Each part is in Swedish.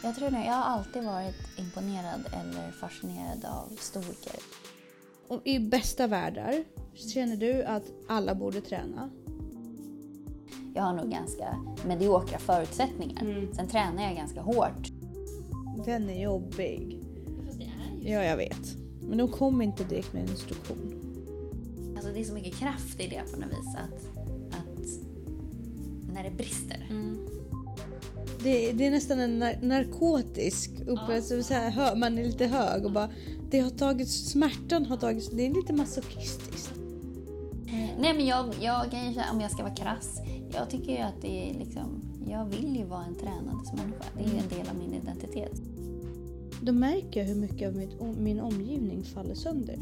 Jag tror nog, jag har alltid varit imponerad eller fascinerad av stoiker. Och i bästa världar, känner du att alla borde träna? Jag har nog ganska mediokra förutsättningar. Sen tränar jag ganska hårt. Den är jobbig. Fast det är ju... Ja, jag vet. Men de kommer inte direkt med en instruktion. Alltså det är så mycket kraft i det på något vis att när det brister. Det är nästan en narkotisk upplevelse. Så här, man är lite hög och bara, smärtan har tagits, det är lite masochistiskt. Nej, men jag kan ju säga, om jag ska vara krass, jag tycker ju att det är liksom, jag vill ju vara en tränande människa. Det är ju en del av min identitet. Då märker jag hur mycket av min omgivning faller sönder.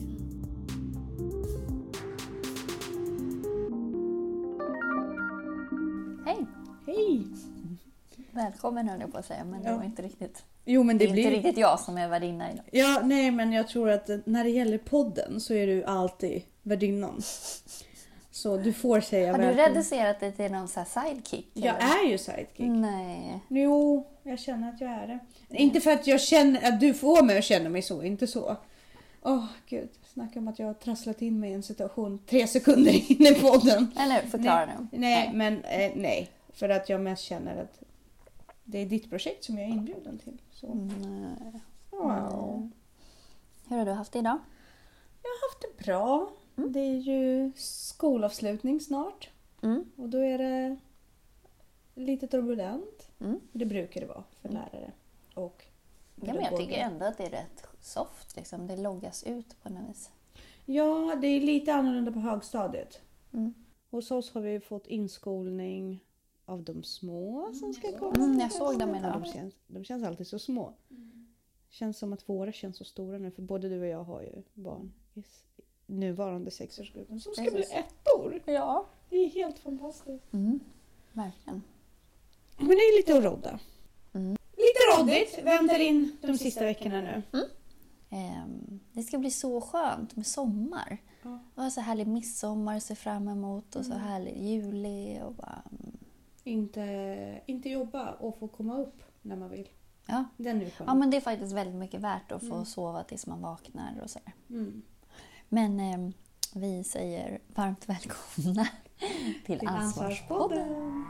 Hej! Hej! Välkommen höll jag på att säga, men det var inte riktigt. Jo, men Det är inte riktigt jag som är värdinna idag. Ja, nej, men jag tror att när det gäller podden så är du alltid värdinnan. Så du får säga. Har du reducerat det till någon så här sidekick? Jag är ju sidekick. Nej. Jo, jag känner att jag är det. Inte för att jag känner att du får mig att känna mig så, inte så. Gud, snacka om att jag har trasslat in mig i en situation 3 sekunder in i podden. Eller förklara nu. Nej, för att jag mest känner att det är ditt projekt som jag är inbjuden till. Så. Nej. Wow. Hur har du haft det idag? Jag har haft det bra. Det är ju skolavslutning snart. Och då är det lite turbulent. Det brukar det vara för lärare. Och ja, men jag tycker ändå att det är rätt soft. Liksom. Det loggas ut på något vis. Ja, det är lite annorlunda på högstadiet. Hos oss har vi fått inskolning av de små som ska komma. Jag såg dem idag. De känns alltid så små. Känns som att våra känns så stora nu. För både du och jag har ju barn i nuvarande 6-årsgruppen som ska bli 1-år. Ja. Det är helt fantastiskt. Verkligen. Men det är lite att rodda. Lite roddigt. Väntar in de sista veckorna nu. Det ska bli så skönt med sommar. Och så härlig midsommar att se fram emot. Och så härlig juli. Och bara... Inte jobba och få komma upp när man vill. Ja. Den är skön. Ja, men det är faktiskt väldigt mycket värt att få sova tills man vaknar och så där. Men vi säger varmt välkomna till Ansvarspodden.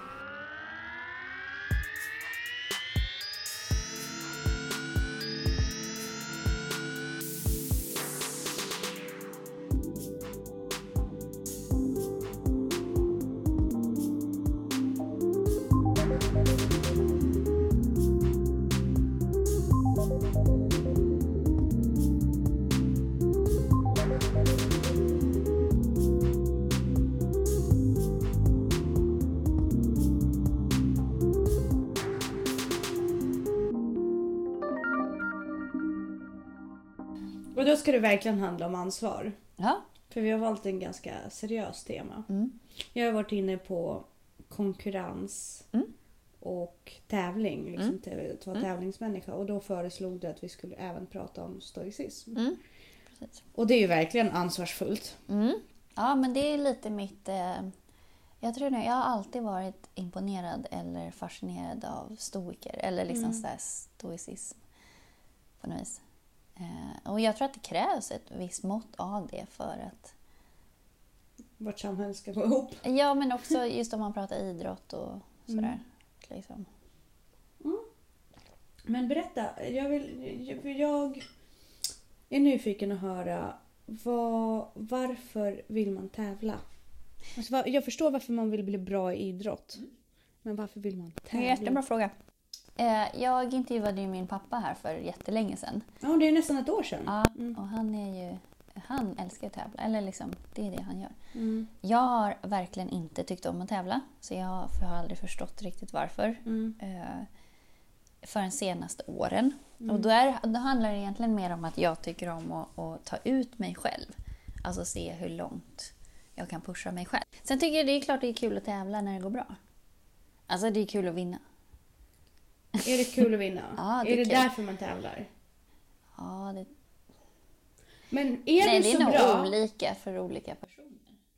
Och då ska det verkligen handla om ansvar. Ja. För vi har valt en ganska seriös tema. Jag har varit inne på konkurrens och tävling. Liksom, att vara tävlingsmänniska. Och då föreslog det att vi skulle även prata om stoicism. Precis. Och det är ju verkligen ansvarsfullt. Ja, men det är lite mitt... jag tror nog, jag har alltid varit imponerad eller fascinerad av stoiker. Eller liksom så här stoicism på något vis. Och jag tror att det krävs ett visst mått av det för att... Vårt samhälle ska gå ihop. Ja, men också just om man pratar idrott och sådär. Liksom. Men berätta, jag är nyfiken att höra varför vill man tävla? Alltså, jag förstår varför man vill bli bra i idrott. Men varför vill man tävla? Det är en jättebra fråga. Jag intervjuade ju min pappa här för jättelänge sedan. Ja, det är nästan ett år sedan. Ja, och han älskar att tävla. Eller liksom, det är det han gör. Jag har verkligen inte tyckt om att tävla. Så jag har aldrig förstått riktigt varför. För de senaste åren. Och då handlar det egentligen mer om att jag tycker om att ta ut mig själv. Alltså se hur långt jag kan pusha mig själv. Sen tycker jag det är klart det är kul att tävla när det går bra. Alltså det är kul att vinna. Är det kul att vinna? Ja, är det kul. därför man tävlar? Ja, det... Men Nej, du det så är nog bra? olika för olika personer.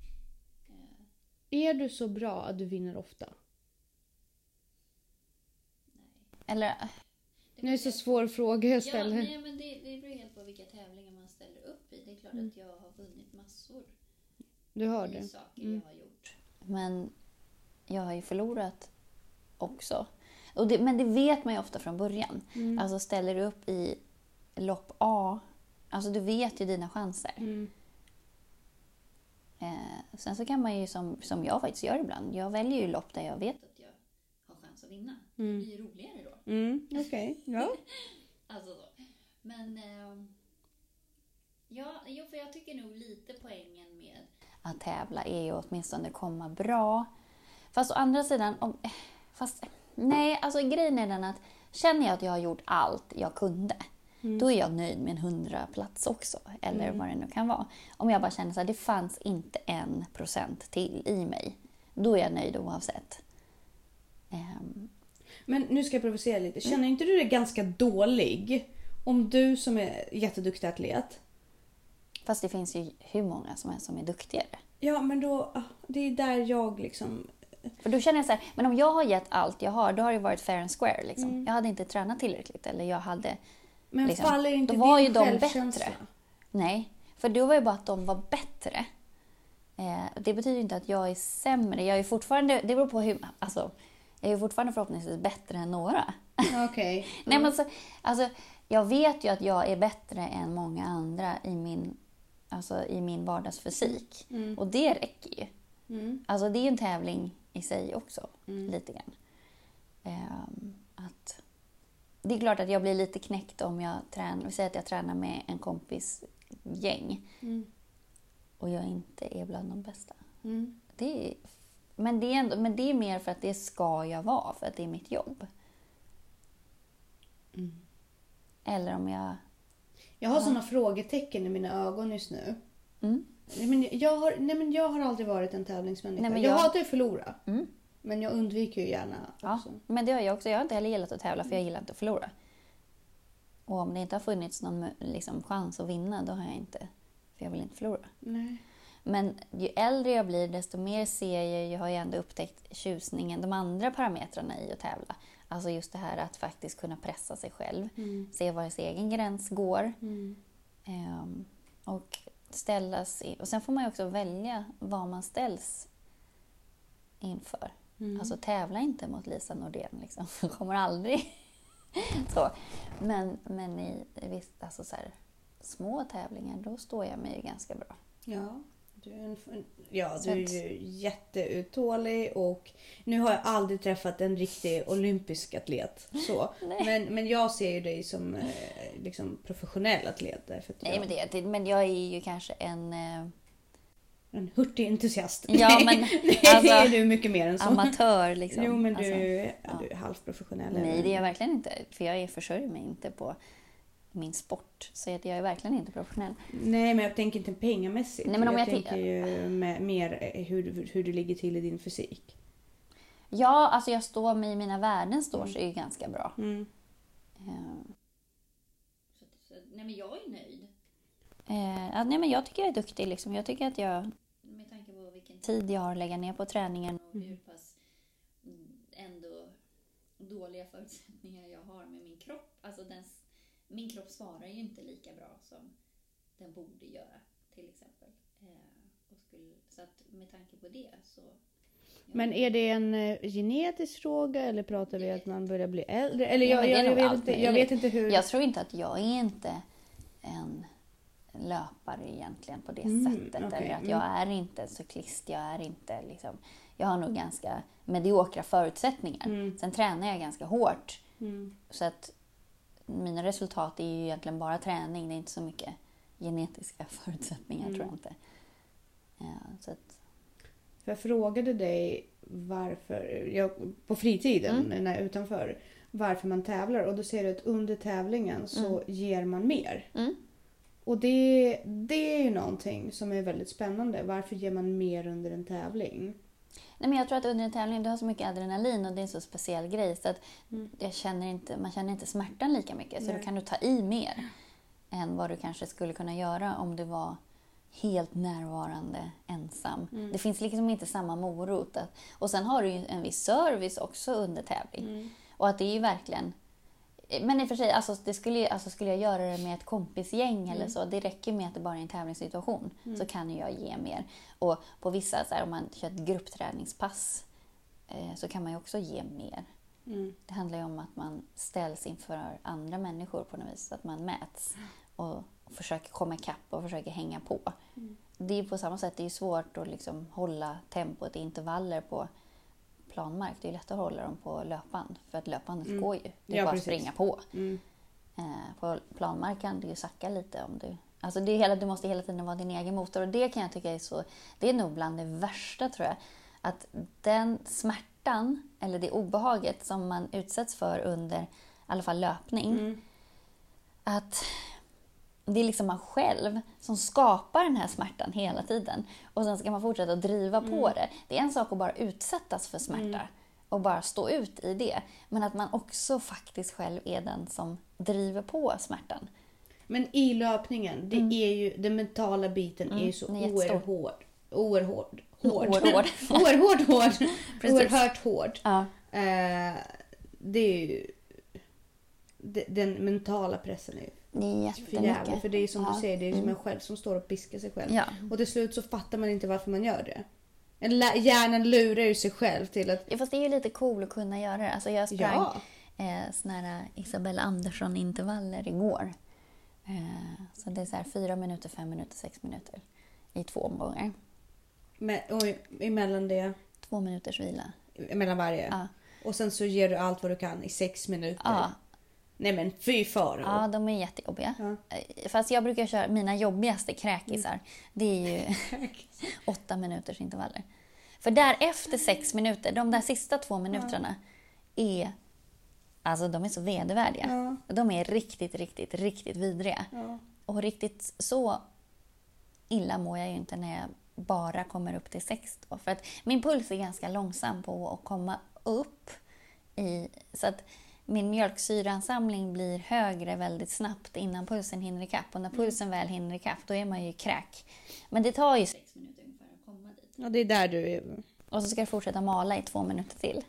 Är du så bra att du vinner ofta? Eller, Det är så svår fråga jag ställer. Ja, nej, men det beror helt på vilka tävlingar man ställer upp i. Det är klart att jag har vunnit massor. Du har det. Saker jag har gjort. Men jag har ju förlorat också. Men det vet man ju ofta från början. Alltså ställer du upp i lopp A, alltså du vet ju dina chanser. Sen så kan man ju som jag faktiskt gör ibland. Jag väljer ju lopp där jag vet att jag har chans att vinna. Det blir ju roligare då. Okej, ja. Alltså så. Men för jag tycker nog lite poängen med att tävla är ju åtminstone komma bra. Fast å andra sidan, nej, alltså grejen är den att känner jag att jag har gjort allt jag kunde, då är jag nöjd med en 100-plats också. Eller vad det nu kan vara. Om jag bara känner så här, det fanns inte 1% till i mig, då är jag nöjd oavsett. Men nu ska jag provocera lite. Känner inte du dig ganska dålig om du som är jätteduktig atlet? Fast det finns ju hur många som är duktigare. Ja, men då, det är där jag liksom... För då känner jag så här, men om jag har gett allt jag har, då har det varit fair and square. Liksom. Jag hade inte tränat tillräckligt. Eller jag hade... Men liksom, faller inte då var din ju de självkänsla? bättre. Nej, för då var ju bara att de var bättre. Det betyder inte att jag är sämre. Jag är fortfarande... Det beror på hur... Alltså, jag är fortfarande förhoppningsvis bättre än några. Okej. Nej, men alltså, jag vet ju att jag är bättre än många andra i min vardagsfysik. Och det räcker ju. Alltså det är ju en tävling i sig också, lite grann. Det är klart att jag blir lite knäckt om jag vi säger att jag tränar med en kompis gäng och jag inte är bland de bästa. Men det är mer för att det ska jag vara, för att det är mitt jobb. Eller om jag har såna frågetecken i mina ögon just nu. Jag har aldrig varit en tävlingsmänniska. Jag hatar att förlora. Men jag undviker ju gärna också. Ja, men det gör jag också. Jag har inte heller gillat att tävla, för jag gillar inte att förlora. Och om det inte har funnits någon liksom, chans att vinna, då har jag inte. För jag vill inte förlora. Nej. Men ju äldre jag blir, desto mer ser jag har ju ändå upptäckt tjusningen, de andra parametrarna i att tävla. Alltså just det här att faktiskt kunna pressa sig själv. Se var ens egen gräns går. Och ställas och sen får man ju också välja vad man ställs inför. Alltså tävla inte mot Lisa Nordén liksom. Hon kommer aldrig så. Men i visst, alltså så här, små tävlingar, då står jag mig ju ganska bra. Ja, du är ju jätteuttålig, och nu har jag aldrig träffat en riktig olympisk atlet. Så. Men jag ser ju dig som liksom professionell atlet. Därför att men jag är ju kanske en hurtig entusiast. Ja, men alltså, är du mycket mer än så. Amatör liksom. Jo, men du är halvprofessionell. Nej, det är jag verkligen inte. För jag försörjer mig inte på min sport. Så jag är verkligen inte professionell. Nej, men jag tänker inte pengamässigt. Nej, men jag tänker ju mer hur du ligger till i din fysik. Ja, alltså jag står med i mina värden sig ju ganska bra. Nej, men jag är nöjd. Nej, men jag tycker jag är duktig liksom. Jag tycker att jag, med tanke på vilken tid jag har att lägga ner på träningen och hur pass ändå dåliga förutsättningar jag har med min kropp. Alltså min kropp svarar ju inte lika bra som den borde göra, till exempel. Så att med tanke på det så... Men är det en genetisk fråga, eller pratar vi att man börjar bli äldre? Eller jag vet inte hur... Jag tror inte att jag är inte en löpare egentligen på det sättet. Okay. Eller att jag är inte en cyklist. Jag är inte liksom... Jag har nog ganska mediokra förutsättningar. Sen tränar jag ganska hårt. Så att mina resultat är ju egentligen bara träning. Det är inte så mycket genetiska förutsättningar, tror jag inte. Så att... Jag frågade dig på fritiden utanför varför man tävlar, och då säger du att under tävlingen så ger man mer. Och det är ju någonting som är väldigt spännande. Varför ger man mer under en tävling? Nej, men jag tror att under en tävling du har så mycket adrenalin och det är en så speciell grej så att man känner inte smärtan lika mycket. Så då kan du ta i mer än vad du kanske skulle kunna göra om du var helt närvarande ensam. Det finns liksom inte samma morot. Och sen har du ju en viss service också under tävling. Och att det är ju verkligen... Men i och för sig, skulle jag göra det med ett kompisgäng eller så, det räcker med att det bara är en tävlingssituation, så kan jag ge mer. Och på vissa, så här, om man kör ett gruppträningspass, så kan man ju också ge mer. Det handlar ju om att man ställs inför andra människor på något vis, att man mäts och försöker komma ikapp och försöker hänga på. Det är på samma sätt, det är svårt att liksom hålla tempot i intervaller på planmark. Det är lätt att hålla dem på löpband, för att löpbandet går ju. Det är bara att springa på. På planmark kan du ju sacka lite om du... Alltså du måste hela tiden vara din egen motor, och det kan jag tycka är så... Det är nog bland det värsta, tror jag. Att den smärtan, eller det obehaget som man utsätts för under i alla fall löpning, att det är liksom man själv som skapar den här smärtan hela tiden. Och sen ska man fortsätta att driva på det. Det är en sak att bara utsättas för smärta och bara stå ut i det. Men att man också faktiskt själv är den som driver på smärtan. Men i löpningen, det är ju, den mentala biten är ju så oerhört hård. Ja. Det är ju den mentala pressen är Det är jättemycket. för det är som du säger, det är som en själv som står och piskar sig själv. Ja. Och till slut så fattar man inte varför man gör det. Hjärnan lurar ju sig själv till att... Ja, fast det är ju lite cool att kunna göra det. Alltså jag sprang såna här Isabella Andersson-intervaller igår. Så det är så här 4 minuter, 5 minuter, 6 minuter i 2 omgångar. Och emellan det? 2 minuters vila. Emellan varje? Ja. Och sen så ger du allt vad du kan i 6 minuter? Ja. Nej men fy fara. Ja, de är jättejobbiga. Ja. Fast jag brukar köra mina jobbigaste kräkisar. Det är ju 8 minuters intervaller. För därefter 6 minuter, de där sista 2 minuterna är... Alltså de är så vedervärdiga. Ja. De är riktigt, riktigt, riktigt vidriga. Ja. Och riktigt så illa mår jag ju inte när jag bara kommer upp till 6 då. För att min puls är ganska långsam på att komma upp. Så att min mjölksyraansamling blir högre väldigt snabbt innan pulsen hinner ikapp. Och när pulsen väl hinner ikapp, då är man ju kräk. Men det tar ju 6 minuter ungefär att komma dit. Ja, det är där du är. Och så ska jag fortsätta mala i 2 minuter till.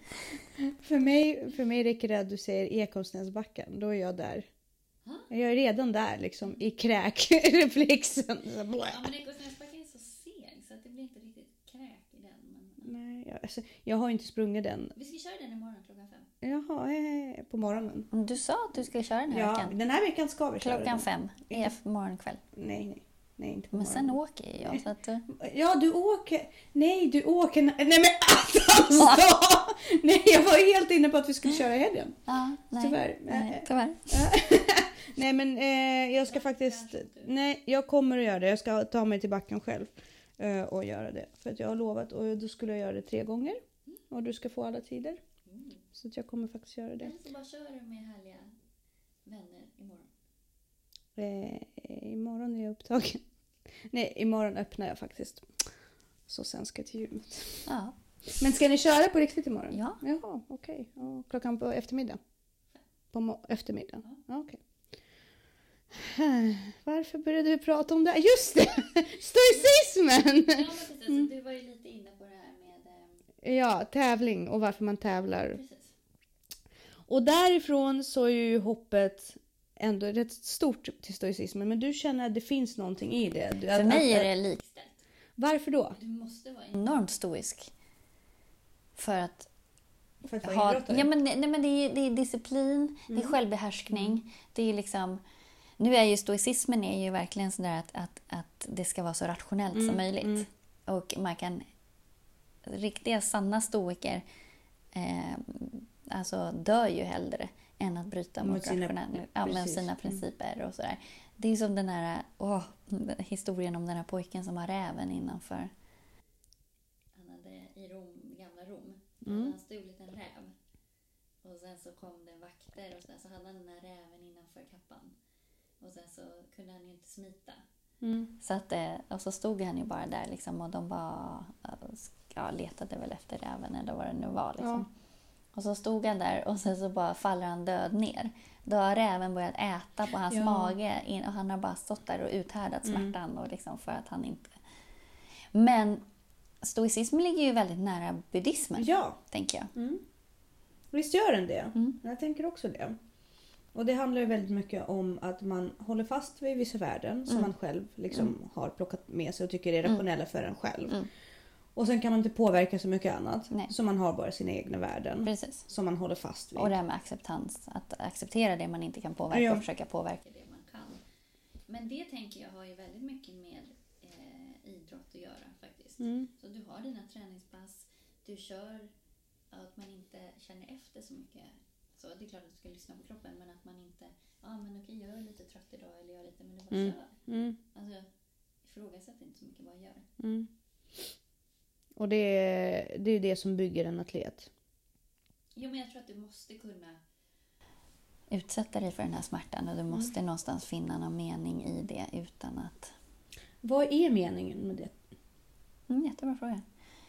För mig räcker det att du säger Ekonäsbacken. Då är jag där. Jag är redan där liksom i kräkreflexen. Ja, men Ekonäsbacken är så seg så att det blir inte riktigt kräk i den. Nej, jag har inte sprungit den. Vi ska köra den imorgon klockan 5. Jaha, på morgonen. Du sa att du ska köra den här veckan. Ja, den här veckan ska vi köra klockan 5. Morgonkväll. Nej, inte på men morgonen. Sen åker jag. Så att... Ja, du åker. Nej, du åker. Nej, men alltså! Nej, jag var helt inne på att vi skulle köra i helgen. Ja, nej. Tyvärr. Nej, men jag ska faktiskt... Nej, jag kommer att göra det. Jag ska ta mig till backen själv och göra det. För att jag har lovat. Och då skulle jag göra det 3 gånger. Och du ska få alla tider. Så att jag kommer faktiskt göra det. Eller så bara kör du med härliga vänner imorgon. Imorgon är jag upptagen. Nej, imorgon öppnar jag faktiskt. Så sen ska jag till gymmet. Ja. Men ska ni köra på riktigt imorgon? Ja. Jaha, okej. Okay. Klockan på eftermiddag? På eftermiddag? Ja, okej. Varför började vi prata om det? Just det! Stoicismen! Ja, precis. Du var ju lite inne på det här med... Ja, tävling och varför man tävlar. Precis. Och därifrån så är ju hoppet ändå rätt stort till stoicismen. Men du känner att det finns någonting i det? För mig är det likställt. Varför då? Du måste vara enormt stoisk. För att vara idrottare? Ja, men det är disciplin, det är självbehärskning. Det är liksom... Nu är ju stoicismen är ju verkligen sådär att det ska vara så rationellt som möjligt. Och man kan... Riktiga sanna stoiker alltså dör ju hellre än att bryta mot sina principer och sådär. Det är som den här historien om den här pojken som har räven innanför. Han hade i gamla Rom. Han hade stulit en räv. Och sen så kom det vakter och så hade han den här räven innanför kappan. Och sen så kunde han ju inte smita. Så att, och så stod han ju bara där liksom, och de bara letade väl efter räven eller vad det nu var liksom. Ja. Och så stod han där och sen så bara faller han död ner. Då har räven börjat äta på hans mage och han har bara stått där och uthärdat smärtan och liksom för att han inte... Men stoicismen ligger ju väldigt nära buddhismen, tänker jag. Visst gör den det? Jag tänker också det. Och det handlar ju väldigt mycket om att man håller fast vid vissa värden som man själv liksom har plockat med sig och tycker är rationella för en själv. Och sen kan man inte påverka så mycket annat. Nej. Så man har bara sina egna värden. Precis. Som man håller fast vid. Och det här med acceptans. Att acceptera det man inte kan påverka och försöka påverka det man kan. Men det tänker jag har ju väldigt mycket med idrott att göra faktiskt. Så du har dina träningspass. Du kör att man inte känner efter så mycket. Så det är klart att du ska lyssna på kroppen. Men att man inte, men okej, jag är lite trött idag. Eller jag är lite, men du bara kör. Alltså, ifrågasätt inte så mycket, bara gör. Och det är det som bygger en atlet. Jo, men jag tror att du måste kunna utsätta dig för den här smärtan. Och du måste någonstans finna någon mening i det utan att... Vad är meningen med det? Jättebra fråga.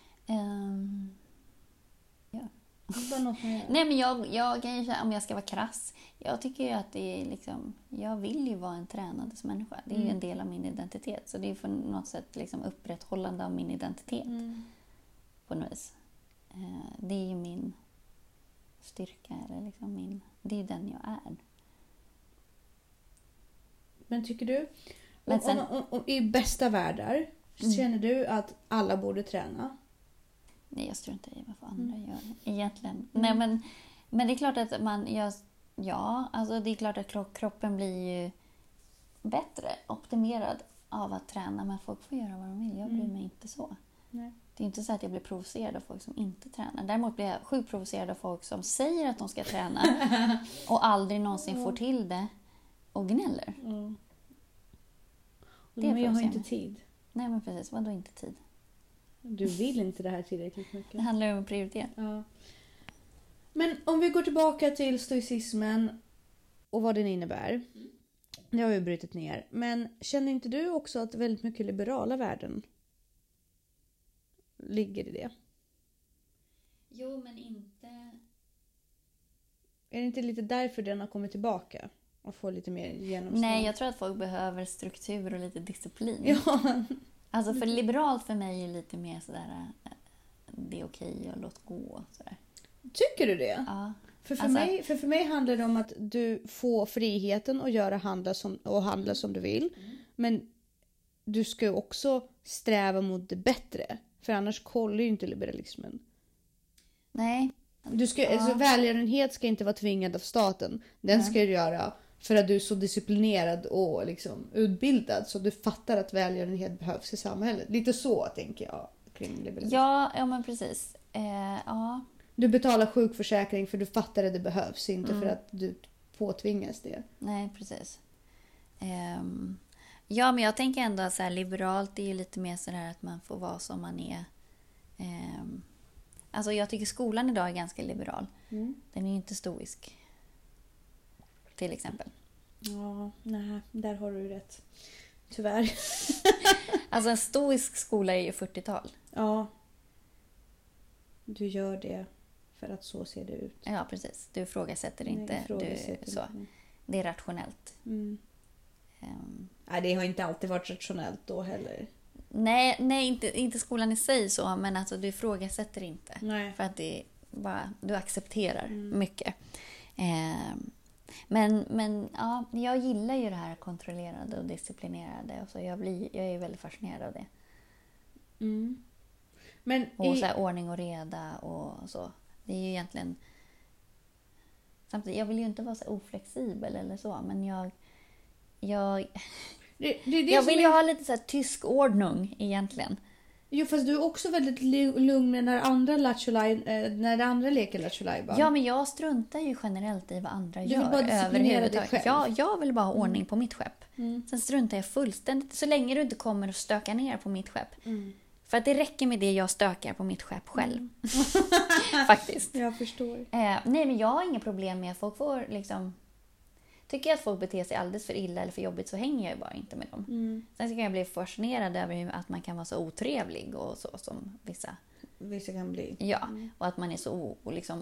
Ja. Nej, men jag kan ju, om jag ska vara krass, jag tycker ju att det är liksom, jag vill ju vara en tränad människa. Det är ju en del av min identitet. Så det är för något sätt liksom upprätthållande av min identitet. På något vis. Det är ju min styrka, eller liksom det är ju den jag är. Men tycker du, om i bästa världar, känner du att alla borde träna? Nej, jag struntar i vad andra gör egentligen. Nej, men det är klart att alltså det är klart att kroppen blir ju bättre, optimerad av att träna, men folk får göra vad de vill. Jag bryr mig inte så. Nej. Det är inte så att jag blir provocerad av folk som inte tränar. Däremot blir jag sjukt provocerad av folk som säger att de ska träna och aldrig någonsin får till det och gnäller. Men jag har inte tid. Nej, men precis. Vadå inte tid? Du vill inte det här tillräckligt mycket. Det handlar om att prioritera. Ja. Men om vi går tillbaka till stoicismen och vad den innebär. Det har vi brutit ner. Men känner inte du också att väldigt mycket liberala värden ligger i det? Jo, men inte... Är det inte lite därför den har kommit tillbaka? Och får lite mer genomslag? Nej, jag tror att folk behöver struktur och lite disciplin. Ja. Alltså för liberalt för mig är lite mer sådär, det är okej och låt gå. Sådär. Tycker du det? Ja. För mig handlar det om att du får friheten att handla som du vill. Men du ska ju också sträva mot det bättre. För annars kollar ju inte liberalismen. Nej. Alltså, välgörenhet ska inte vara tvingad av staten. Den ska du göra för att du är så disciplinerad och liksom utbildad. Så du fattar att välgörenhet behövs i samhället. Lite så tänker jag kring liberalism. Ja, men precis. Ja. Du betalar sjukförsäkring för du fattar att det behövs. Inte för att du påtvingas det. Nej, precis. Ja, men jag tänker ändå att så här, liberalt är ju lite mer sådär att man får vara som man är. Alltså jag tycker skolan idag är ganska liberal. Den är ju inte stoisk. Till exempel. Ja, nej, där har du rätt. Tyvärr. Alltså en stoisk skola är ju 40-tal. Ja. Du gör det för att så ser det ut. Ja, precis. Du ifrågasätter inte. Det är rationellt. Nej, det har inte alltid varit rationellt då heller. Nej, inte skolan i sig så, men alltså du ifrågasätter inte. Nej. För att det bara, du accepterar mycket. Men ja, jag gillar ju det här kontrollerade och disciplinerade. Och så jag är väldigt fascinerad av det. Men och så här, ordning och reda och så. Det är ju egentligen... Samtidigt, jag vill ju inte vara så oflexibel eller så, men jag vill ju ha lite så här tysk ordning egentligen. Jo, fast du är också väldigt lugn när andra leker Lattjo Lajban. Ja, men jag struntar ju generellt i vad andra gör. Du vill bara disciplinera dig själv. Ja, jag vill bara ha ordning på mitt skepp. Sen struntar jag fullständigt, så länge du inte kommer att stöka ner på mitt skepp. För att det räcker med det jag stökar på mitt skepp själv. Faktiskt. Jag förstår. Nej, men jag har inga problem med att folk får liksom... Tycker jag att folk beter sig alldeles för illa eller för jobbigt så hänger jag ju bara inte med dem. Sen kan jag bli fascinerad över att man kan vara så otrevlig och så som Vissa kan bli. Ja, och att man är så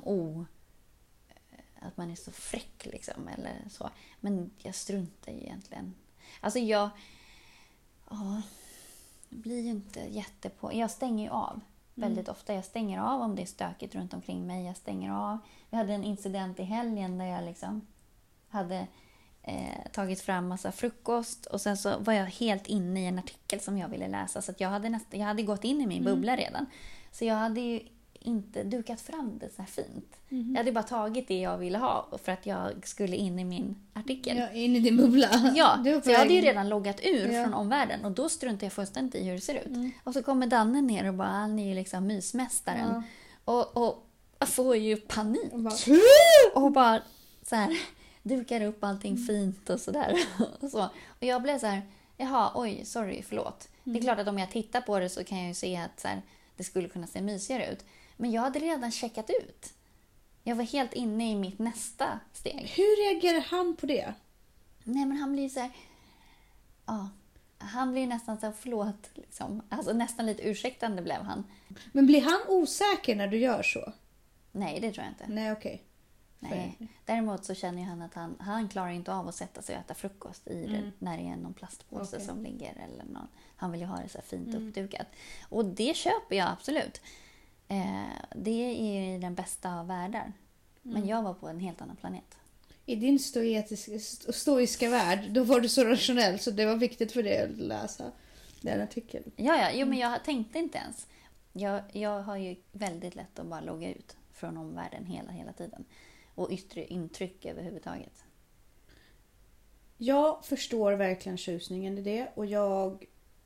att man är så fräck liksom eller så. Men jag struntar ju egentligen. Alltså jag blir ju inte jag stänger ju av väldigt ofta. Jag stänger av om det är stökigt runt omkring mig. Jag stänger av. Vi hade en incident i helgen där jag liksom hade tagit fram massa frukost och sen så var jag helt inne i en artikel som jag ville läsa, så att jag hade gått in i min bubbla redan. Så jag hade ju inte dukat fram det så här fint. Jag hade bara tagit det jag ville ha för att jag skulle in i min artikel. Ja, in i din bubbla. Ja, så jag hade ju redan loggat ur från omvärlden och då struntade jag fullständigt i hur det ser ut. Och så kommer Danne ner och bara, han är ju liksom mysmästaren. Och jag får ju panik. Och bara så här dukar upp allting fint och sådär. Och jag blev så här, jaha, oj, sorry, förlåt. Det är klart att om jag tittar på det så kan jag ju se att så här, det skulle kunna se mysigare ut. Men jag hade redan checkat ut. Jag var helt inne i mitt nästa steg. Hur reagerar han på det? Nej, men han blir så här... Ja, han blir nästan så här, förlåt. Liksom. Alltså nästan lite ursäktande blev han. Men blir han osäker när du gör så? Nej, det tror jag inte. Nej, okej. Nej. Däremot så känner han att han klarar inte av att sätta sig och äta frukost i det, när det är någon plastpåse som ligger. Eller någon. Han vill ju ha det så här fint uppdukat. Och det köper jag absolut. Det är ju den bästa av världar. Men jag var på en helt annan planet. I din stoiska värld, då var du så rationell så det var viktigt för dig att läsa den artikeln. Ja, men jag tänkte inte ens. Jag har ju väldigt lätt att bara logga ut från omvärlden hela tiden. Och yttre intryck överhuvudtaget. Jag förstår verkligen tjusningen i det. Och jag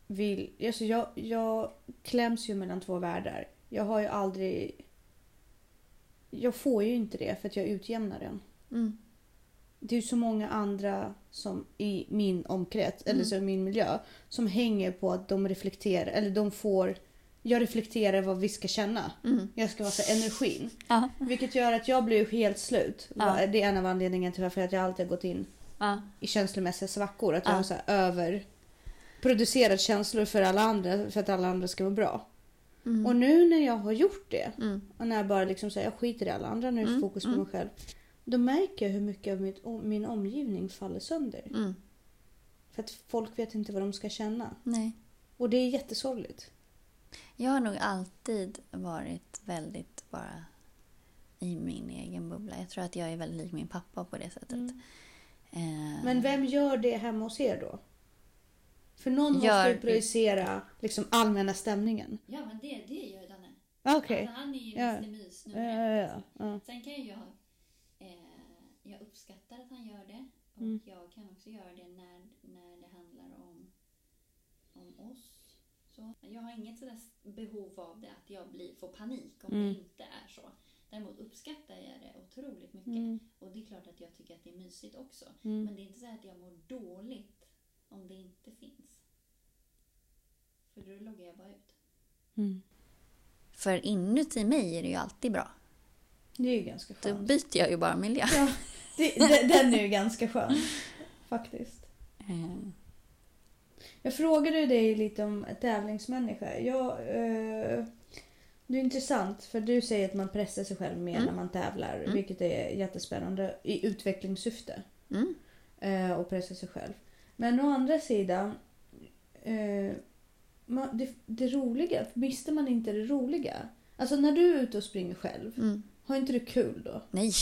kläms ju mellan två världar. Jag har ju aldrig... Jag får ju inte det för att jag utjämnar den. Det är ju så många andra som i min omkrets, eller så i min miljö, som hänger på att de reflekterar, eller de får... Jag reflekterar vad vi ska känna. Jag ska vara så energin. Vilket gör att jag blir helt slut. Det är en av anledningarna till varför jag alltid har gått in i känslomässiga svackor. Att jag har så här överproducerat känslor för alla andra. För att alla andra ska vara bra. Och nu när jag har gjort det. Och när jag bara liksom säger jag skiter i alla andra. Nu är det fokus på mig själv. Då märker jag hur mycket av min omgivning faller sönder. För att folk vet inte vad de ska känna. Nej. Och det är jättesorgligt. Jag har nog alltid varit väldigt bara i min egen bubbla. Jag tror att jag är väldigt lik min pappa på det sättet. Men vem gör det hemma hos er då? För någon måste ju projicera liksom allmänna stämningen. Ja, men det gör Danne. Okej. Alltså, han är ju Mr. Mys. Ja. Sen kan jag jag uppskattar att han gör det. Och jag kan också göra det när det handlar om oss. Så jag har inget sådär behov av det att jag får panik om det inte är så. Däremot uppskattar jag det otroligt mycket. Och det är klart att jag tycker att det är mysigt också. Men det är inte så att jag mår dåligt om det inte finns. För då loggar jag bara ut. För inuti mig är det ju alltid bra. Det är ju ganska skönt. Då byter jag ju bara miljö. Ja, den är ju ganska skön. Faktiskt. Jag frågade dig lite om tävlingsmänniska. Det är intressant för du säger att man pressar sig själv mer när man tävlar. Vilket är jättespännande i utvecklingssyfte. Och pressa sig själv. Men å andra sidan det roliga, visste man inte det roliga? Alltså när du är ute och springer själv, har inte du kul då? Nej.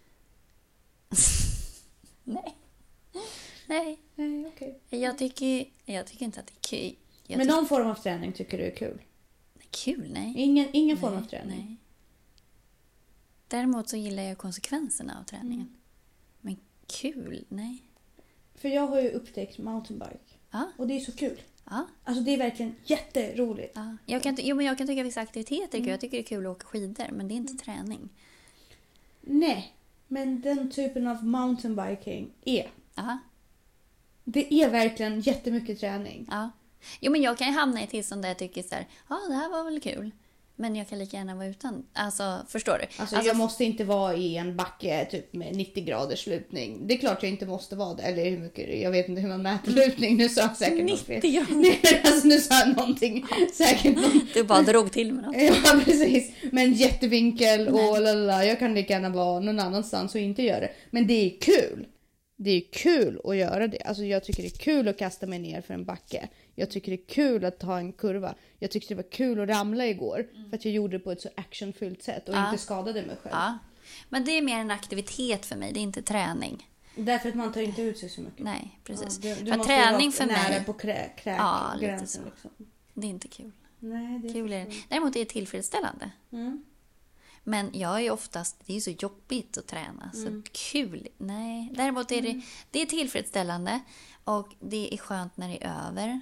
Nej, okej. Jag tycker inte att det är kul. Men någon form av träning tycker du är kul? Kul, nej. Ingen form av träning? Nej. Däremot så gillar jag konsekvenserna av träningen. Men kul, nej. För jag har ju upptäckt mountainbike. Och det är så kul. Alltså det är verkligen jätteroligt. Jag kan tycka vissa aktiviteter är kul. Jag tycker det är kul att åka skidor, men det är inte träning. Nej, men den typen av mountainbiking är. Det är verkligen jättemycket träning. Jo, men jag kan ju hamna i ett tillstånd där jag tycker så här, det här var väl kul. Men jag kan lika gärna vara utan. Alltså, förstår du? Alltså jag måste inte vara i en backe typ med 90 graders lutning. Det är klart jag inte måste vara det. Eller hur mycket, jag vet inte hur man mäter lutning. Nu sa jag säkert något fel. Nej, alltså nu sa jag någonting. Säkert Du bara drog till med något. Ja, precis. Men jättevinkel och lalala. Jag kan lika gärna vara någon annanstans och inte göra det. Men det är kul. Det är kul att göra det. Alltså jag tycker det är kul att kasta mig ner för en backe. Jag tycker det är kul att ta en kurva. Jag tyckte det var kul att ramla igår. För att jag gjorde det på ett så actionfyllt sätt. Och inte skadade mig själv. Men det är mer en aktivitet för mig. Det är inte träning. Därför att man tar inte ut sig så mycket. Nej, precis. Ja, du för måste träning vara för nära mig... på Ja, lite gränsen. så. Liksom. Det är inte kul. Nej, det är Kul är det. Däremot är det tillfredsställande. Men jag är oftast... Det är så jobbigt att träna. Så kul. Nej. Däremot är det är tillfredsställande. Och det är skönt när det är över.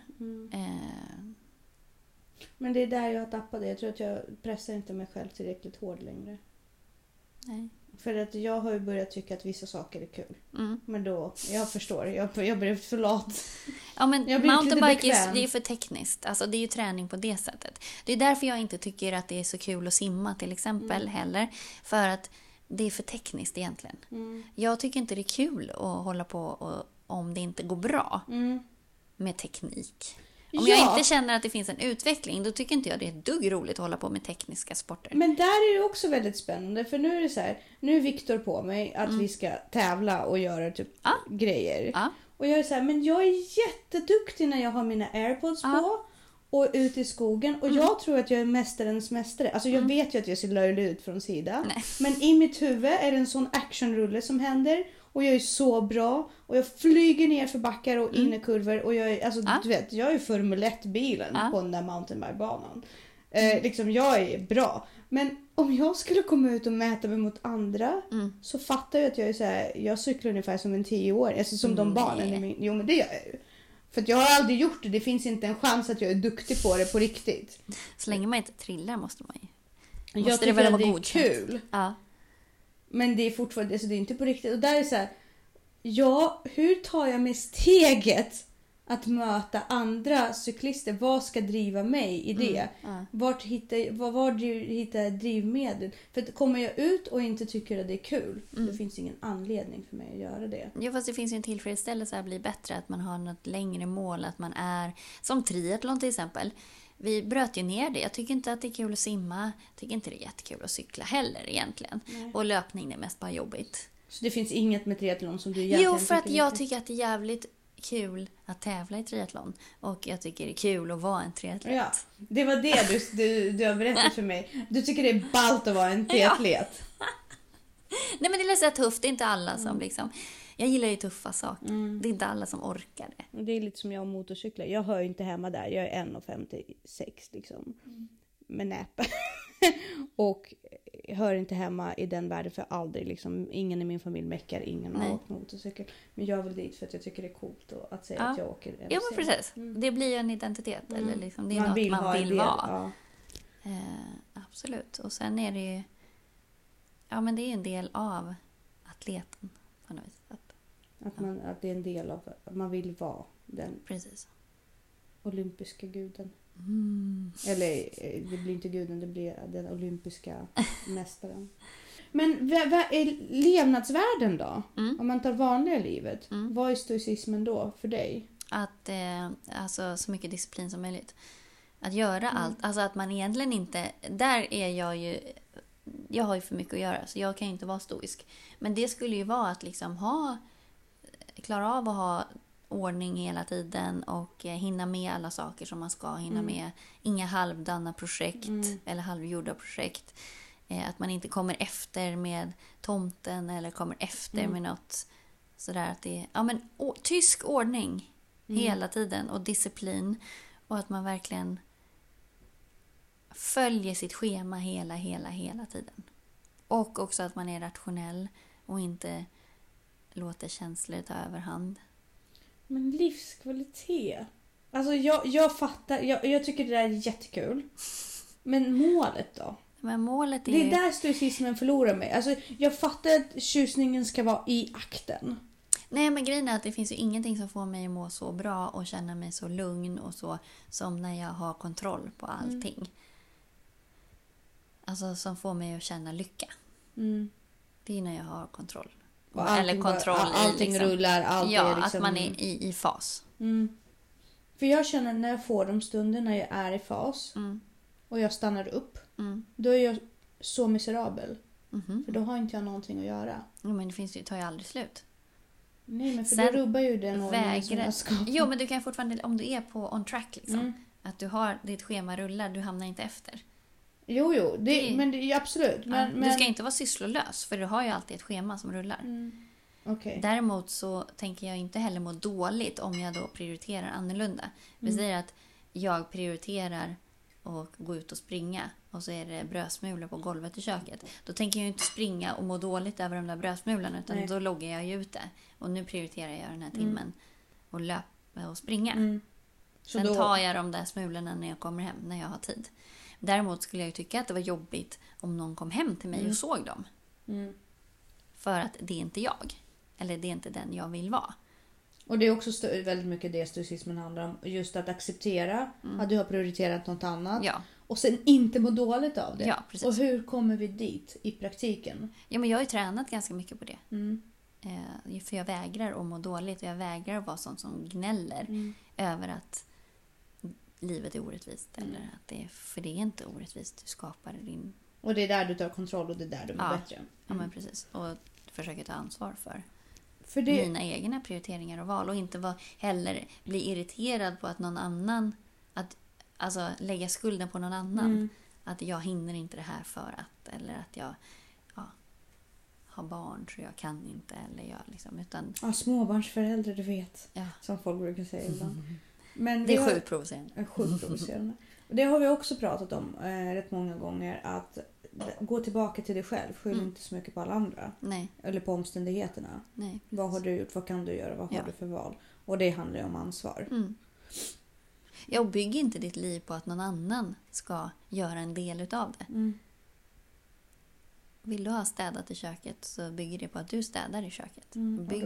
Men det är där jag har tappat det. Jag tror att jag pressar inte mig själv tillräckligt hårt längre. Nej. För att jag har ju börjat tycka att vissa saker är kul. Men då, jag förstår. Jag blev för lat. Ja, men mountainbike är ju för tekniskt. Alltså det är ju träning på det sättet. Det är därför jag inte tycker att det är så kul att simma till exempel heller. För att det är för tekniskt egentligen. Jag tycker inte det är kul att hålla på om det inte går bra med teknik. Om jag inte känner att det finns en utveckling, då tycker inte jag det är ett dugg roligt att hålla på med tekniska sporter. Men där är det också väldigt spännande. För nu är det så här, nu är Viktor på mig att vi ska tävla och göra typ grejer. Och jag är så här, men jag är jätteduktig när jag har mina AirPods på och ute i skogen. Och jag tror att jag är mästarens mästare. Alltså jag vet ju att jag ser löjlig ut från sidan. Nej. Men i mitt huvud är det en sån actionrulle som händer. Och jag är så bra. Och jag flyger ner för backar och in i kurvor. Och jag är, alltså du vet, jag är Formel 1-bilen på den där mountainbike-banan. Liksom jag är bra. Men om jag skulle komma ut och mäta mig mot andra så fattar jag att jag är så här, jag cyklar ungefär som en 10-åring. Alltså som de barnen i min... Jo, men det gör jag ju. För att jag har aldrig gjort det. Det finns inte en chans att jag är duktig på det på riktigt. Så länge man inte trillar måste man ju. Jag tycker att det är kul. Ja. Men det är fortfarande, alltså det är inte på riktigt. Och där är så här, hur tar jag mig steget att möta andra cyklister? Vad ska driva mig i det? Var hittar jag drivmedel? För att kommer jag ut och inte tycker att det är kul, då finns ingen anledning för mig att göra det. Ja, fast det finns ju en tillfredsställelse att bli bättre, att man har något längre mål, att man är som triathlon till exempel. Vi bröt ju ner det. Jag tycker inte att det är kul att simma. Jag tycker inte det är jättekul att cykla heller egentligen. Nej. Och löpning är mest bara jobbigt. Så det finns inget med triathlon som du egentligen tycker? Jo, för att jag tycker att det är jävligt kul att tävla i triathlon. Och jag tycker det är kul att vara en triatlet. Ja, det var det du har berättat för mig. Du tycker det är ballt att vara en triatlet. Ja. Nej, men det är lite tufft. Det är inte alla som liksom... Jag gillar ju tuffa saker. Det är inte alla som orkar det. Det är lite som jag och motorcyklar. Jag hör ju inte hemma där. Jag är 1,56 liksom. Med näpen. Och hör inte hemma i den världen för aldrig. Liksom, ingen i min familj mäckar. Ingen har åkt motorcykel. Men jag vill dit för att jag tycker det är coolt att säga att jag åker MC. Ja, men precis. Det blir ju en identitet. Eller liksom, det är något man vill vara. Ja. Absolut. Och sen är det ju... Ja, men det är en del av atleten. På något vis. Att det är en del av att man vill vara den olympiska guden. Eller det blir inte guden, det blir den olympiska mästaren. Men vad är levnadsvärden då? Om man tar vanliga livet. Vad är stoicismen då för dig? Att alltså så mycket disciplin som möjligt. Att göra allt. Alltså att man egentligen inte... Där är jag ju... Jag har ju för mycket att göra så jag kan ju inte vara stoisk. Men det skulle ju vara att liksom klara av att ha ordning hela tiden och hinna med alla saker som man ska hinna med. Inga halvdana projekt eller halvgjorda projekt. Att man inte kommer efter med tomten eller kommer efter med något sådär. Att det är tysk ordning hela tiden och disciplin. Och att man verkligen följer sitt schema hela tiden. Och också att man är rationell och inte låter känslor ta överhand. Men livskvalitet. Alltså jag fattar. Jag tycker det där är jättekul. Men målet då? Men målet är... Det är där stoicismen förlorar mig. Alltså jag fattar att tjusningen ska vara i akten. Nej, men grejen är att det finns ju ingenting som får mig att må så bra och känna mig så lugn och så som när jag har kontroll på allting. Alltså som får mig att känna lycka. Det är när jag har kontroll. Eller kontroll allting liksom, rullar. Allt ja, är liksom... att man är i fas. För jag känner när jag får de stunder när jag är i fas och jag stannar upp. Då är jag så miserabel. För då har inte jag någonting att göra. Jo, men det tar ju aldrig slut. Nej, men för då rubbar ju den ordningen som jag ska. Jo, men du kan fortfarande, om du är på on track liksom, att du har ditt schema rullar, du hamnar inte efter. Jo, men det är absolut. Men du ska inte vara sysslolös, för du har ju alltid ett schema som rullar. Okay. Däremot så tänker jag inte heller må dåligt om jag då prioriterar annorlunda. Vi säger att jag prioriterar att gå ut och springa och så är det brödsmulor på golvet i köket. Då tänker jag inte springa och må dåligt över de där brödsmulorna, utan då loggar jag ju ut det. Och nu prioriterar jag den här timmen och löpa och springa. Sen tar jag de där smulorna när jag kommer hem, när jag har tid. Däremot skulle jag ju tycka att det var jobbigt om någon kom hem till mig och såg dem. För att det är inte jag. Eller det är inte den jag vill vara. Och det är också väldigt mycket det stoicismen handlar om. Just att acceptera att du har prioriterat något annat. Ja. Och sen inte må dåligt av det. Ja, precis. Och hur kommer vi dit i praktiken? Ja, men jag har ju tränat ganska mycket på det. För jag vägrar att må dåligt. Och jag vägrar att vara sån som gnäller över att livet är orättvist. Eller att för det är inte orättvist. Du skapar din... Och det är där du tar kontroll och det är där du mår bättre. Ja, men precis. Och försöker ta ansvar för mina egna prioriteringar och val. Och inte heller bli irriterad på att någon annan... Alltså lägga skulden på någon annan. Att jag hinner inte det här för att... Eller att jag har barn så jag kan inte. Eller jag liksom, utan... Ja, småbarnsförälder, du vet. Ja. Som folk brukar säga ibland. Men det är sjukt provocerande. Sjukt provocerande. Det har vi också pratat om rätt många gånger. Att gå tillbaka till dig själv. Skyll inte så mycket på alla andra. Nej. Eller på omständigheterna. Nej. Vad har du gjort? Vad kan du göra? Vad har du för val? Och det handlar ju om ansvar. Ja, och bygg inte ditt liv på att någon annan ska göra en del utav det. Vill du ha städat i köket så bygger det på att du städar i köket.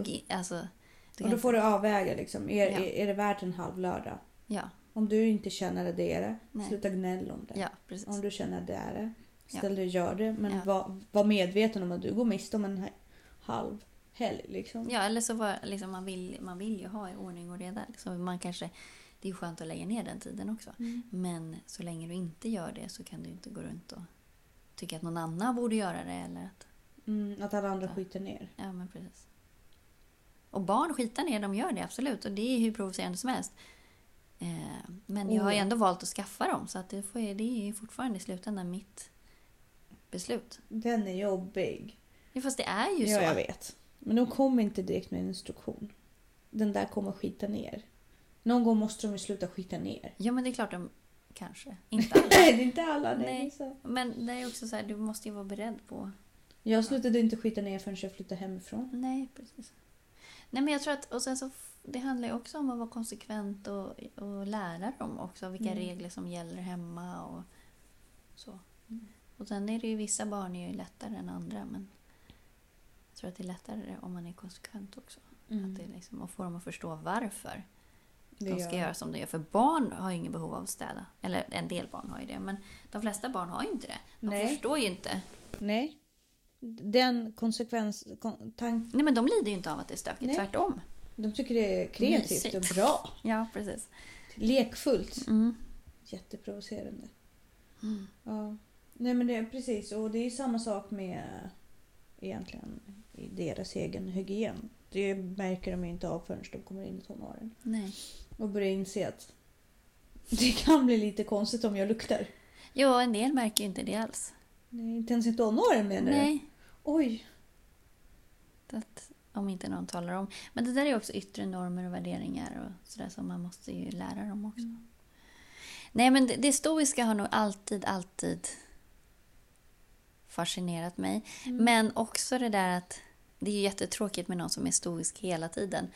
Och då får du avväga liksom. Är det värt en halv lördag? Ja. Om du inte känner att det är det, sluta gnäll om det. Ja, precis. Om du känner att det är det, ställ dig och gör det. Men var medveten om att du går miste om en halv helg. Liksom. Ja, eller så var liksom, man vill ju ha i ordning och reda. Liksom, det är ju skönt att lägga ner den tiden också. Men så länge du inte gör det så kan du inte gå runt och tycka att någon annan borde göra det. Eller att alla andra skiter ner. Ja, men precis. Och barn skitar ner, de gör det absolut. Och det är hur provocerande som helst. Men jag har ju ändå valt att skaffa dem. Så att det är ju fortfarande i slutändan mitt beslut. Den är jobbig. Ja, fast det är ju så. Ja, jag vet. Men de kommer inte direkt med en instruktion. Den där kommer skita ner. Någon gång måste de ju sluta skita ner. Ja, men det är klart de kanske. Inte alla. Nej, det är inte alla. Nej. Men det är också så här, du måste ju vara beredd på... Jag slutade inte skita ner förrän jag flyttade hemifrån. Nej, precis. Nej, men jag tror att... Och sen så, det handlar ju också om att vara konsekvent och lära dem också vilka regler som gäller hemma och så. Och sen är det ju vissa barn är ju lättare än andra, men jag tror att det är lättare om man är konsekvent också. Att det liksom, och få dem att förstå varför de ska göra som de gör. För barn har ju ingen behov av att städa. Eller en del barn har ju det, men de flesta barn har ju inte det. De förstår ju inte. Nej. Den Nej, men de lider ju inte av att det är stökigt, tvärtom. De tycker det är kreativt och bra. Ja, precis. Lekfullt. Jätteprovocerande. Ja. Nej, men det är precis. Och det är samma sak med egentligen i deras egen hygien. Det märker de inte av förrän de kommer in i tonåren. Nej. Och börjar inse att det kan bli lite konstigt om jag luktar. Jo, en del märker ju inte det alls. Nej, inte ens i tonåren menar du? Nej. Oj. Att, om inte någon talar om. Men det där är också yttre normer och värderingar och sådär som man måste ju lära dem också. Nej, men det stoiska har nog alltid fascinerat mig. Men också det där att det är jättetråkigt med någon som är stoisk hela tiden.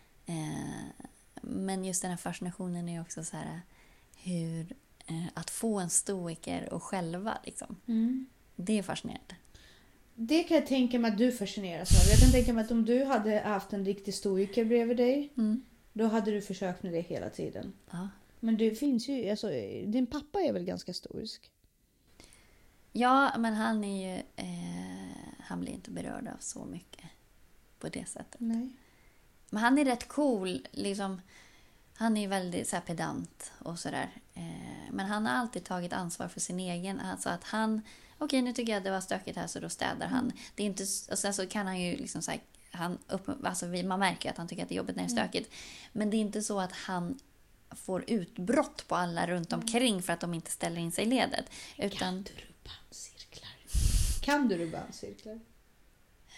Men just den här fascinationen är också så här hur att få en stoiker och själva liksom. Det är fascinerande. Det kan jag tänka mig att du fascineras av. Jag kan tänka mig att om du hade haft en riktig stoiker bredvid dig, då hade du försökt med det hela tiden. Ja. Men det finns ju, alltså, din pappa är väl ganska stoisk? Ja, men han är ju han blir inte berörd av så mycket på det sättet. Nej. Men han är rätt cool liksom. Han är väldigt så här pedant och sådär. Men han har alltid tagit ansvar för sin egen. Alltså att han, okej, nu tycker jag att det var stökigt här så då städar han. Det är inte, och sen så kan han ju liksom så här, man märker att han tycker att det är jobbigt när det är stökigt. Men det är inte så att han får utbrott på alla runt omkring för att de inte ställer in sig i ledet. Utan... Kan du rubbandcirklar?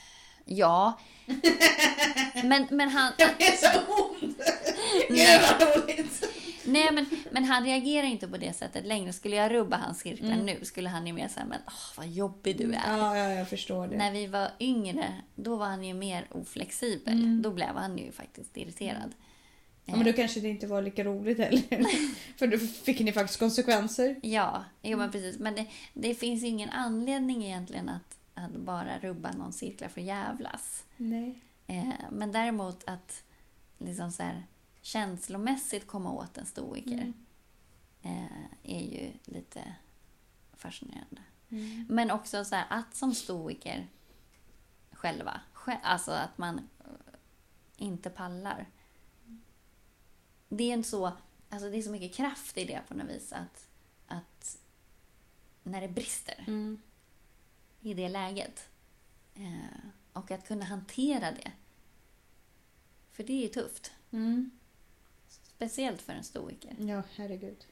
Ja. Men han... Jag är så ond! Jävla roligt! Nej, men han reagerar inte på det sättet längre. Skulle jag rubba hans cirklar nu skulle han ju mer säga, men vad jobbig du är. Ja, jag förstår det. När vi var yngre, då var han ju mer oflexibel. Då blev han ju faktiskt irriterad. Ja, men då kanske det inte var lika roligt heller. För då fick ni faktiskt konsekvenser. Ja, men precis. Men det finns ju ingen anledning egentligen att bara rubba någon cirklar för jävlas. Nej. Men däremot att liksom så här, känslomässigt komma åt en stoiker är ju lite fascinerande. Men också så här, att som stoiker själva, alltså att man inte pallar. Det är inte så, alltså det är så mycket kraft i det på något vis att när det brister i det läget och att kunna hantera det. För det är tufft. Speciellt för en stoiker. Ja, herregud.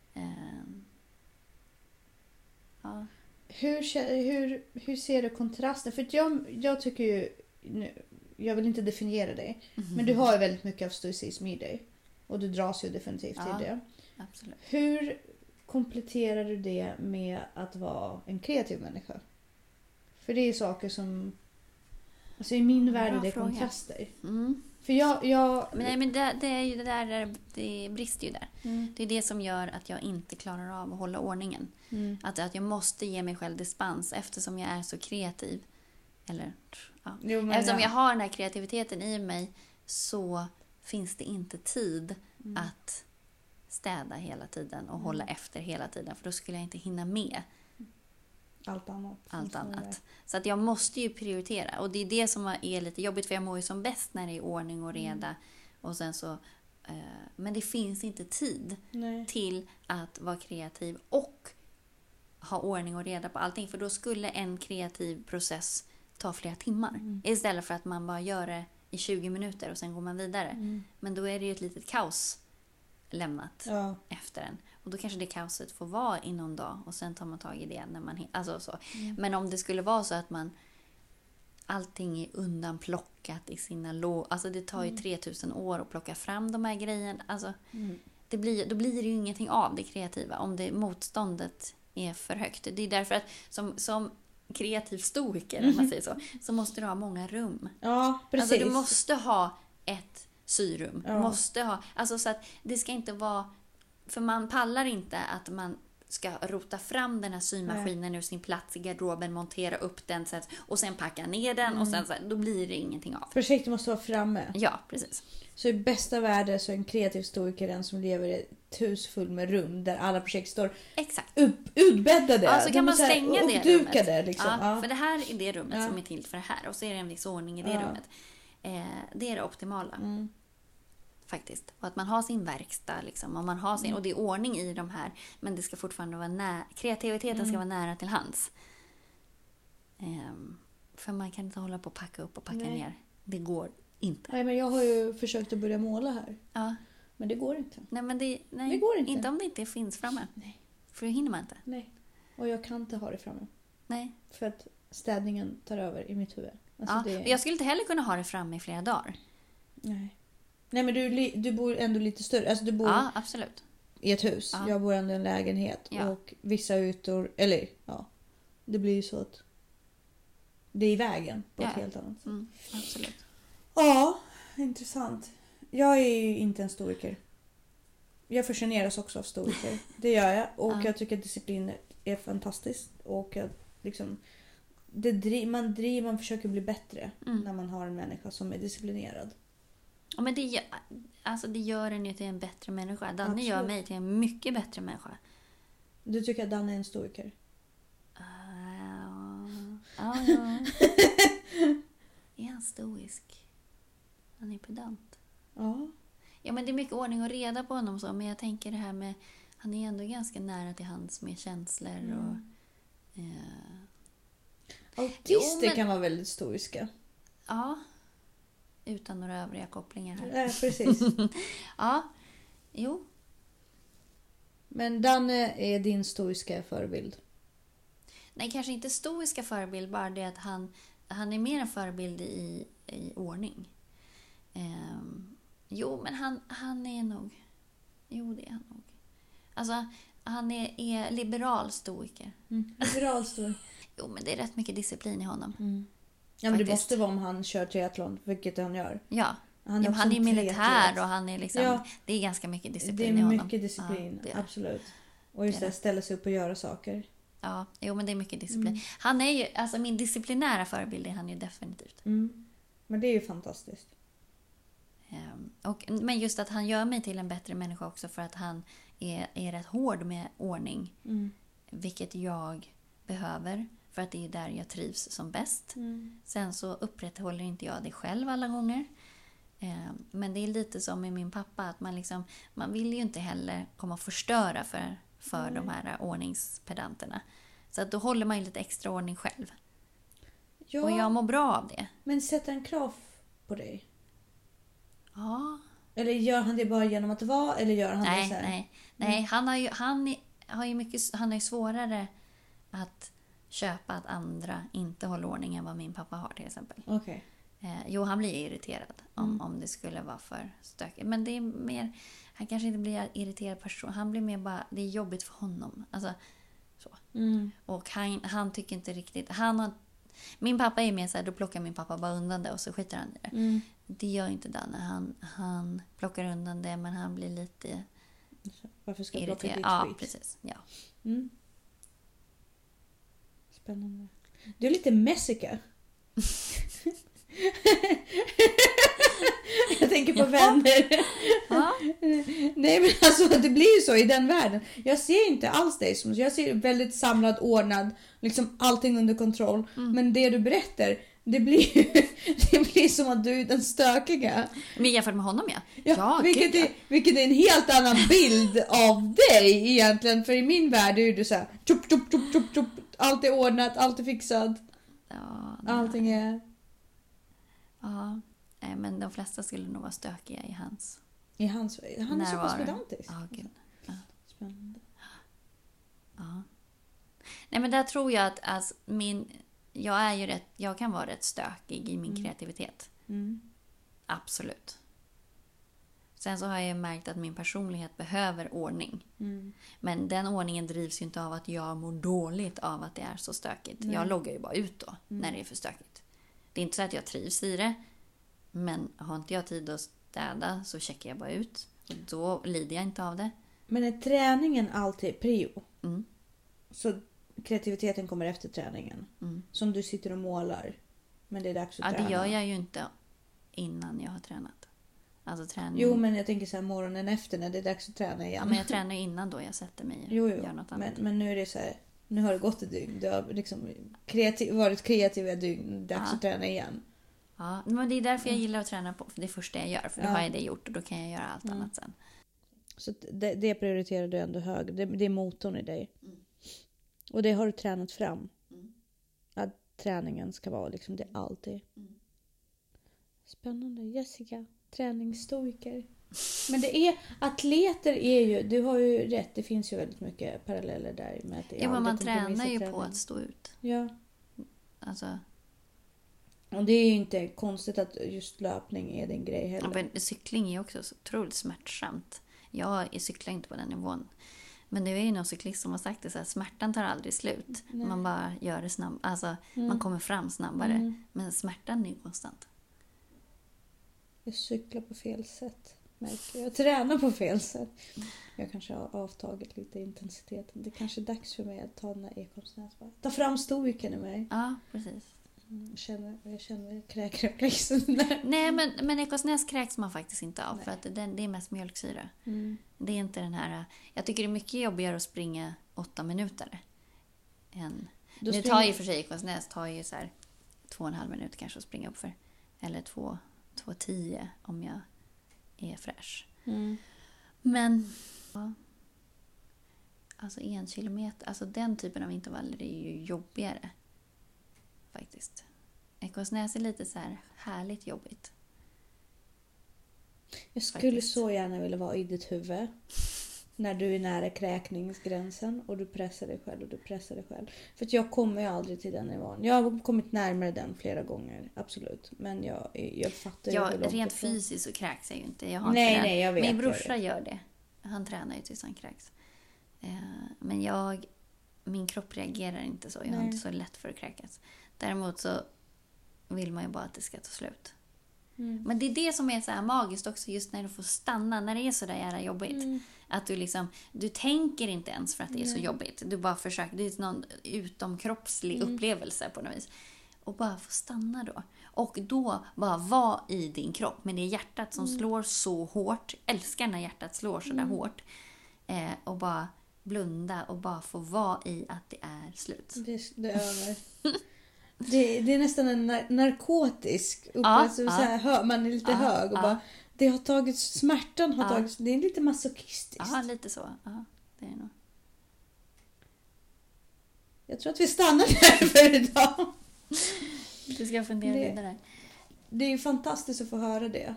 Ja. Hur ser du kontrasten? För jag tycker ju, jag vill inte definiera dig, men du har ju väldigt mycket av stoicism i dig. Och du dras ju definitivt till det. Absolut. Hur kompletterar du det med att vara en kreativ människa? För det är saker som... Alltså i min värld är det kontraster. För Men det är ju det där, det brister ju där. Det är det som gör att jag inte klarar av att hålla ordningen. Att jag måste ge mig själv dispens eftersom jag är så kreativ. Eller, ja. Eftersom jag har den här kreativiteten i mig så finns det inte tid att städa hela tiden och hålla efter hela tiden. För då skulle jag inte hinna med allt annat. Så att jag måste ju prioritera. Och det är det som är lite jobbigt, för jag mår ju som bäst när det är ordning och reda. Och sen så, men det finns inte tid till att vara kreativ och ha ordning och reda på allting. För då skulle en kreativ process ta flera timmar. Istället för att man bara gör det i 20 minuter och sen går man vidare. Men då är det ju ett litet kaos lämnat efter en. Och då kanske det kaoset får vara i någon dag och sen tar man tag i det när man... Alltså så. Men om det skulle vara så att allting är undanplockat i sina alltså det tar ju 3000 år att plocka fram de här grejerna. Alltså då blir det ju ingenting av det kreativa om det motståndet är för högt. Det är därför att som kreativ stoiker, om man säger så måste du ha många rum. Ja, precis. Alltså du måste ha ett syrum. Måste ha, alltså så att det ska inte vara, för man pallar inte att man ska rota fram den här symaskinen ur sin plats i garderoben, montera upp den och sen packa ner den och sen så här, då blir det ingenting av. Projektet måste vara framme. Ja, precis. Så i bästa världen så är en kreativ stoiker den som lever i ett hus full med rum där alla projekt står utbäddade. Ja, så kan man stänga det rummet. Liksom. Ja, för det här är det rummet som är till för det här. Och så är det en viss ordning i det rummet. Det är det optimala. Faktiskt. Och att man har sin verkstad liksom, och man har sin, och det är ordning i de här, men det ska fortfarande vara kreativiteten ska vara nära till hands. För man kan inte hålla på att packa upp och packa ner. Det går inte. Nej, men jag har ju försökt att börja måla här. Ja. Men det går inte. Nej, men det går inte. Inte om det inte finns framme. Nej. För då hinner man inte. Nej. Och jag kan inte ha det framme. Nej. För att städningen tar över i mitt huvud. Alltså Jag skulle inte heller kunna ha det framme i flera dagar. Nej, men du bor ändå lite större. Alltså du bor absolut. i ett hus. Ja. Jag bor ändå i en lägenhet. Ja. Och vissa ytor, eller det blir ju så att det är i vägen på ett helt annat sätt. Absolut. Ja, intressant. Jag är ju inte en stoiker. Jag fascineras också av stoiker. Det gör jag. Och jag tycker att disciplin är fantastiskt. Och att liksom, man försöker bli bättre när man har en människa som är disciplinerad. Ja, men det gör en ju till en bättre människa. Danne gör mig till en mycket bättre människa. Du tycker att Danne är en stoiker? Ja. Är han stoisk? Han är pedant. Ja, men det är mycket ordning och reda på honom så. Men jag tänker det här med, han är ändå ganska nära till hands med känslor och... Autister kan vara väldigt stoiska. Ja. Utan några övriga kopplingar här. Nej, precis. Jo. Men Danne är din stoiska förebild? Nej, kanske inte stoiska förebild. Bara det att han han är mer en förebild i ordning. Jo, men han är nog... Jo, det är han nog. Alltså, han är liberal stoiker. Liberal stoiker. Jo, men det är rätt mycket disciplin i honom. Ja, men det måste vara om han kör triathlon, vilket han gör. Ja, han är militär och han är liksom... Ja. Det är ganska mycket disciplin i honom. Det är mycket disciplin, ja, absolut. Och just det, ställa sig upp och göra saker. Ja, jo, men det är mycket disciplin. Han är ju, alltså min disciplinära förebild är han ju definitivt. Men det är ju fantastiskt. Men just att han gör mig till en bättre människa också för att han är rätt hård med ordning. Vilket jag behöver för att det är där jag trivs som bäst. Sen så upprätthåller inte jag det själv alla gånger. Men det är lite som med min pappa att man vill ju inte heller komma och förstöra för de här ordningspedanterna. Så att då håller man ju lite extra ordning själv. Ja, och jag mår bra av det. Men sätter han krav på dig? Ja. Eller gör han det bara genom att vara? Eller gör han det så här? Nej, han har ju svårare att köpa att andra inte håller ordning än vad min pappa har till exempel. Okej. Jo, han blir irriterad om det skulle vara för stökigt. Men det är mer... Han kanske inte blir irriterad person. Han blir mer bara... Det är jobbigt för honom. Alltså, så. Och han tycker inte riktigt... Min pappa är mer så här, då plockar min pappa bara undan det och så skiter han i det. Det gör inte Danne. Han plockar undan det, men han blir lite... Varför ska jag plocka ditt skit? Ja, precis. Ja. Spännande. Du är lite Messica. Jag tänker på vänner. Ja. Nej, men alltså det blir ju så i den världen. Jag ser inte alls dig som... Jag ser väldigt samlad, ordnad, liksom allting under kontroll. Men det du berättar, det blir som att du är den stökiga. Men jämfört med honom, vilket är en helt annan bild av dig egentligen. För i min värld är du så här, tjup, allt är ordnat, allt är fixat. Ja, allting är... Ja, men de flesta skulle nog vara stökiga i hans... Han är så pass pedantisk. Ja, gud. Ja. Spännande. Ja. Nej, men där tror jag att alltså, jag kan vara rätt stökig i min kreativitet. Absolut. Sen så har jag märkt att min personlighet behöver ordning. Men den ordningen drivs ju inte av att jag mår dåligt av att det är så stökigt. Jag loggar ju bara ut då när det är för stökigt. Det är inte så att jag trivs i det. Men har inte jag tid att städa så checkar jag bara ut. Och då lider jag inte av det. Men är träningen alltid prio? Så kreativiteten kommer efter träningen? Som du sitter och målar. Men det är dags att träna. Det gör jag ju inte innan jag har tränat. Alltså träning... Jo, men jag tänker så här morgonen efter när det är dags att träna igen. Ja, men jag tränar innan då jag sätter mig och gör något annat. Men nu är det så här... Nu har det gått ett dygn. Du har liksom varit kreativ ett dygn. Dags att träna igen. Ja, men det är därför jag gillar att träna på. För det är första jag gör. För då har jag det gjort och då kan jag göra allt annat sen. Så det prioriterar du ändå hög. Det är motorn i dig. Och det har du tränat fram. Att träningen ska vara liksom det alltid. Spännande. Jessica, träningsstoiker. Men det är, atleter är ju, du har ju rätt, det finns ju väldigt mycket paralleller där med att det är men man tränar ju på att stå ut. Ja. Alltså. Och det är ju inte konstigt att just löpning är din grej heller. Ja, men cykling är ju också så otroligt smärtsamt. Jag cyklar inte på den nivån. Men det är ju någon cyklist som har sagt det så här, smärtan tar aldrig slut. Nej. Man bara gör det snabbt. Alltså, man kommer fram snabbare. Men smärtan är ju konstant. Jag cyklar på fel sätt. Jag tränar på fel sätt. Jag kanske har avtagit lite intensiteten. Det är kanske är dags för mig att ta den här Ekholmsnäs. Ta fram stoiken i mig. Ja, precis. Jag känner kräkreflexen där. Nej, men Ekholmsnäs kräks man faktiskt inte av. Nej. För att det är mest mjölksyra. Det är inte den här... Jag tycker det är mycket jobbigare att springa 8 minuter. Nu tar ju för sig Ekholmsnäs tar ju så här 2,5 minuter kanske att springa upp för. Eller 2,10 om jag är fräsch. Men alltså 1 kilometer, alltså den typen av intervaller är ju jobbigare faktiskt. Ekholmsnäs är lite så här härligt jobbigt. Jag skulle faktiskt så gärna vilja vara i ditt huvud. när du är nära kräkningsgränsen och du pressar dig själv och du pressar dig själv. För att jag kommer ju aldrig till den nivån. Jag har kommit närmare den flera gånger, absolut. Men jag fattar ju hur långt rent ifrån. Fysiskt så kräks jag ju inte. Jag har nej, inte nej, jag vet. Min brorsa gör det. Han tränar ju tills han kräks. Men min kropp reagerar inte så. Jag har inte så lätt för att kräkas. Däremot så vill man ju bara att det ska ta slut. Men det är det som är så här magiskt också, just när du får stanna, när det är så där jävla jobbigt. Att du tänker inte ens för att det är så jobbigt. Du bara försöker, det är någon utomkroppslig upplevelse på något vis. Och bara få stanna då. Och då bara vara i din kropp med det hjärtat som slår så hårt. Älskar när hjärtat slår så där hårt. Och bara blunda och bara få vara i att det är slut. Det är över. Det är nästan en narkotisk upplevelse. Man är lite hög och bara, det har tagit, smärtan har tagit, det är lite masochistiskt. Ja, lite så. Ja, det är nog. Jag tror att vi stannar där för idag. Du ska fundera vidare. Det är fantastiskt att få höra det.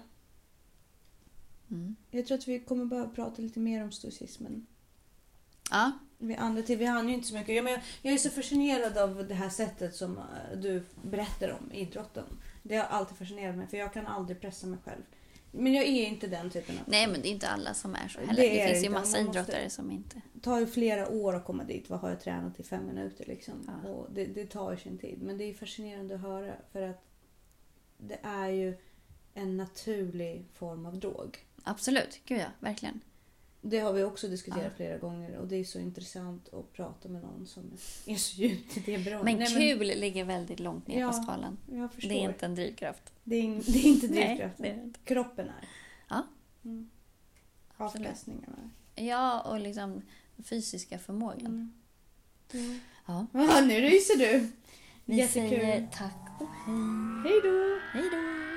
Jag tror att vi kommer behöva prata lite mer om stoicismen. Ja. Vi hann ju inte så mycket. Jag är så fascinerad av det här sättet som du berättar om idrotten. Det har alltid fascinerat mig, för jag kan aldrig pressa mig själv. Men jag är inte den typen av... Nej, men det är inte alla som är så heller. Det finns ju massa idrottare som inte... Det tar ju flera år att komma dit. Vad har jag tränat i 5 minuter liksom? Ja. Och det tar ju sin tid. Men det är fascinerande att höra, för att det är ju en naturlig form av drog. Absolut, gud ja, verkligen. Det har vi också diskuterat flera gånger, och det är så intressant att prata med någon som är så djupt i det beroende. Men kul ligger väldigt långt ner på skalan. Jag förstår. Det är inte en drivkraft. Det är inte drivkraft. Nej, det är inte. Kroppen är. Ja. Avkastningarna. Ja, och liksom fysiska förmågan. Ja. Nu ryser du. Vi säger tack och hej. Hej då. Hej då.